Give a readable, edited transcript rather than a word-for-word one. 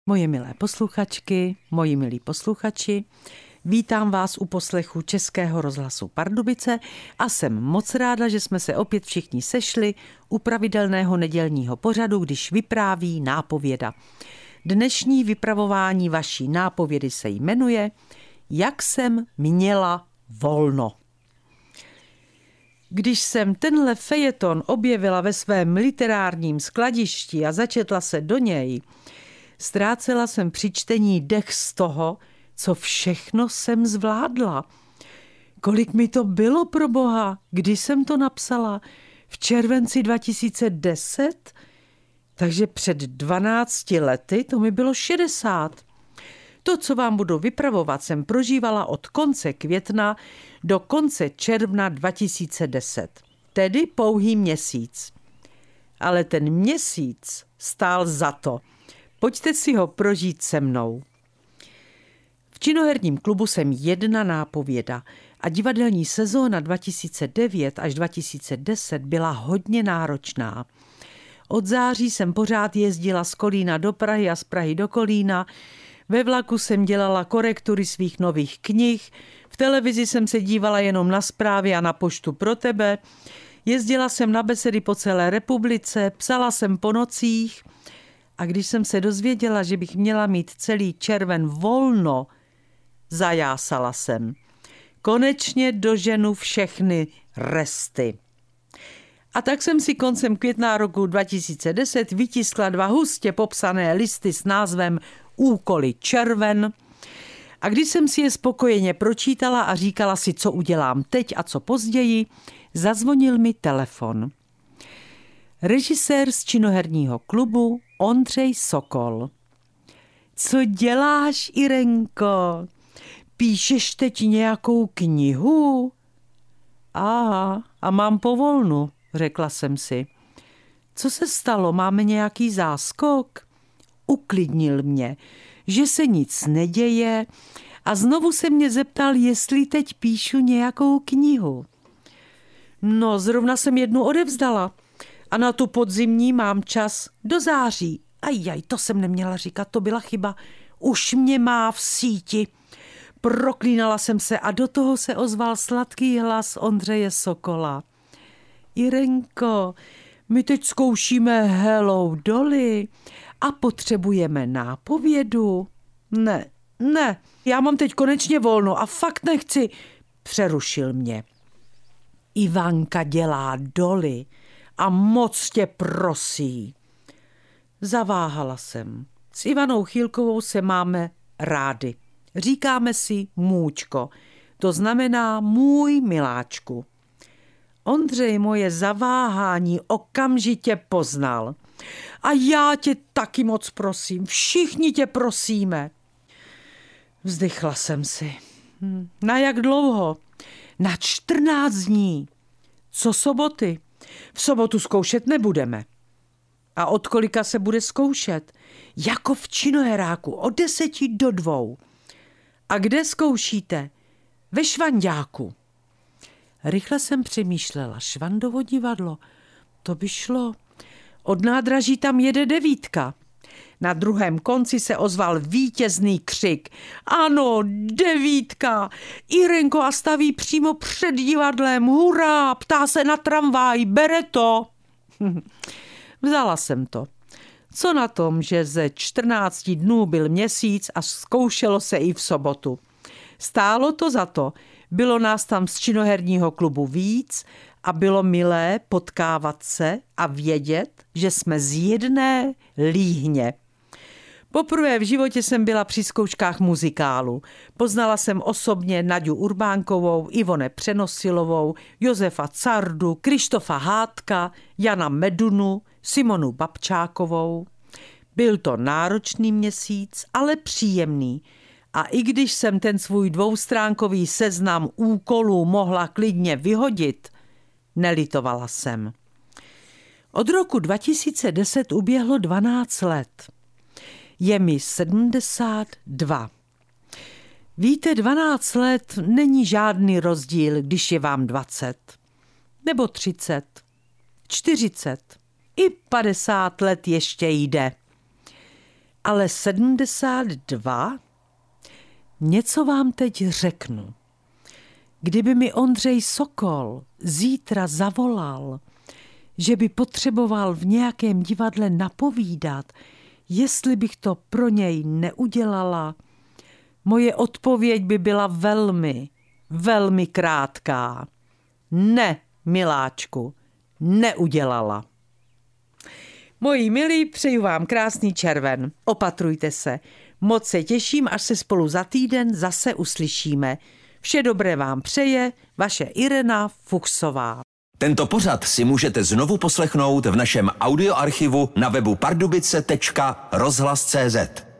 Moje milé posluchačky, moji milí posluchači, vítám vás u poslechu Českého rozhlasu Pardubice a jsem moc ráda, že jsme se opět všichni sešli u pravidelného nedělního pořadu, když vypráví nápověda. Dnešní vypravování vaší nápovědy se jmenuje Jak jsem měla volno. Když jsem tenhle fejeton objevila ve svém literárním skladišti a začetla se do něj, ztrácela jsem při čtení dech z toho, co všechno jsem zvládla. Kolik mi to bylo, pro boha, kdy jsem to napsala? V červenci 2010? Takže před 12 lety to mi bylo 60. To, co vám budu vypravovat, jsem prožívala od konce května do konce června 2010. Tedy pouhý měsíc. Ale ten měsíc stál za to. Pojďte si ho prožít se mnou. V činoherním klubu jsem jedna nápověda a divadelní sezóna 2009 až 2010 byla hodně náročná. Od září jsem pořád jezdila z Kolína do Prahy a z Prahy do Kolína. Ve vlaku jsem dělala korektury svých nových knih, v televizi jsem se dívala jenom na zprávy a na Poštu pro tebe, jezdila jsem na besedy po celé republice, psala jsem po nocích a když jsem se dozvěděla, že bych měla mít celý červen volno, zajásala jsem. Konečně doženu všechny resty. A tak jsem si koncem května roku 2010 vytiskla 2 hustě popsané listy s názvem Úkoly červen. A když jsem si je spokojeně pročítala a říkala si, co udělám teď a co později, zazvonil mi telefon. Režisér z činoherního klubu Ondřej Sokol. Co děláš, Irenko? Píšeš teď nějakou knihu? Aha, a mám povolnu, řekla jsem si. Co se stalo, máme nějaký záskok? Uklidnil mě, že se nic neděje a znovu se mě zeptal, jestli teď píšu nějakou knihu. No, zrovna jsem jednu odevzdala a na tu podzimní mám čas do září. Ajaj, to jsem neměla říkat, to byla chyba. Už mě má v síti. Proklínala jsem se a do toho se ozval sladký hlas Ondřeje Sokola. Irenko, my teď zkoušíme Hello Dolly a potřebujeme nápovědu. Ne, já mám teď konečně volno a fakt nechci, přerušil mě. Ivanka dělá Dolly a moc tě prosí. Zaváhala jsem. S Ivanou Chýlkovou se máme rádi. Říkáme si Můčko, to znamená můj miláčku. Ondřej moje zaváhání okamžitě poznal. A já tě taky moc prosím, všichni tě prosíme. Vzdychla jsem si. Na jak dlouho? Na 14 dní. Co soboty? V sobotu zkoušet nebudeme. A od kolika se bude zkoušet? Jako v činoheráku, od 10 do 2. A kde zkoušíte? Ve Švanďáku. Rychle jsem přemýšlela. Švandovo divadlo, to by šlo. Od nádraží tam jede 9. Na druhém konci se ozval vítězný křik. Ano, 9. Irenko a staví přímo před divadlem. Hurá, ptá se na tramvaj, bere to. Vzala jsem to. Co na tom, že ze 14 dnů byl měsíc a zkoušelo se i v sobotu. Stálo to za to. Bylo nás tam z činoherního klubu víc a bylo milé potkávat se a vědět, že jsme z jedné líhně. Poprvé v životě jsem byla při zkouškách muzikálu. Poznala jsem osobně Naďu Urbánkovou, Ivone Přenosilovou, Josefa Cardu, Krištofa Hádka, Jana Medunu, Simonu Babčákovou. Byl to náročný měsíc, ale příjemný. A i když jsem ten svůj 2stránkový seznam úkolů mohla klidně vyhodit, nelitovala jsem. Od roku 2010 uběhlo 12 let. Je mi 72. Víte, 12 let není žádný rozdíl, když je vám 20. Nebo 30. 40. I 50 let ještě jde. Ale 72? Něco vám teď řeknu. Kdyby mi Ondřej Sokol zítra zavolal, že by potřeboval v nějakém divadle napovídat, jestli bych to pro něj neudělala, moje odpověď by byla velmi, velmi krátká. Ne, miláčku, neudělala. Moji milí, přeju vám krásný červen. Opatrujte se. Moc se těším, až se spolu za týden zase uslyšíme. Vše dobré vám přeje vaše Irena Fuchsová. Tento pořad si můžete znovu poslechnout v našem audioarchivu na webu pardubice.rozhlas.cz.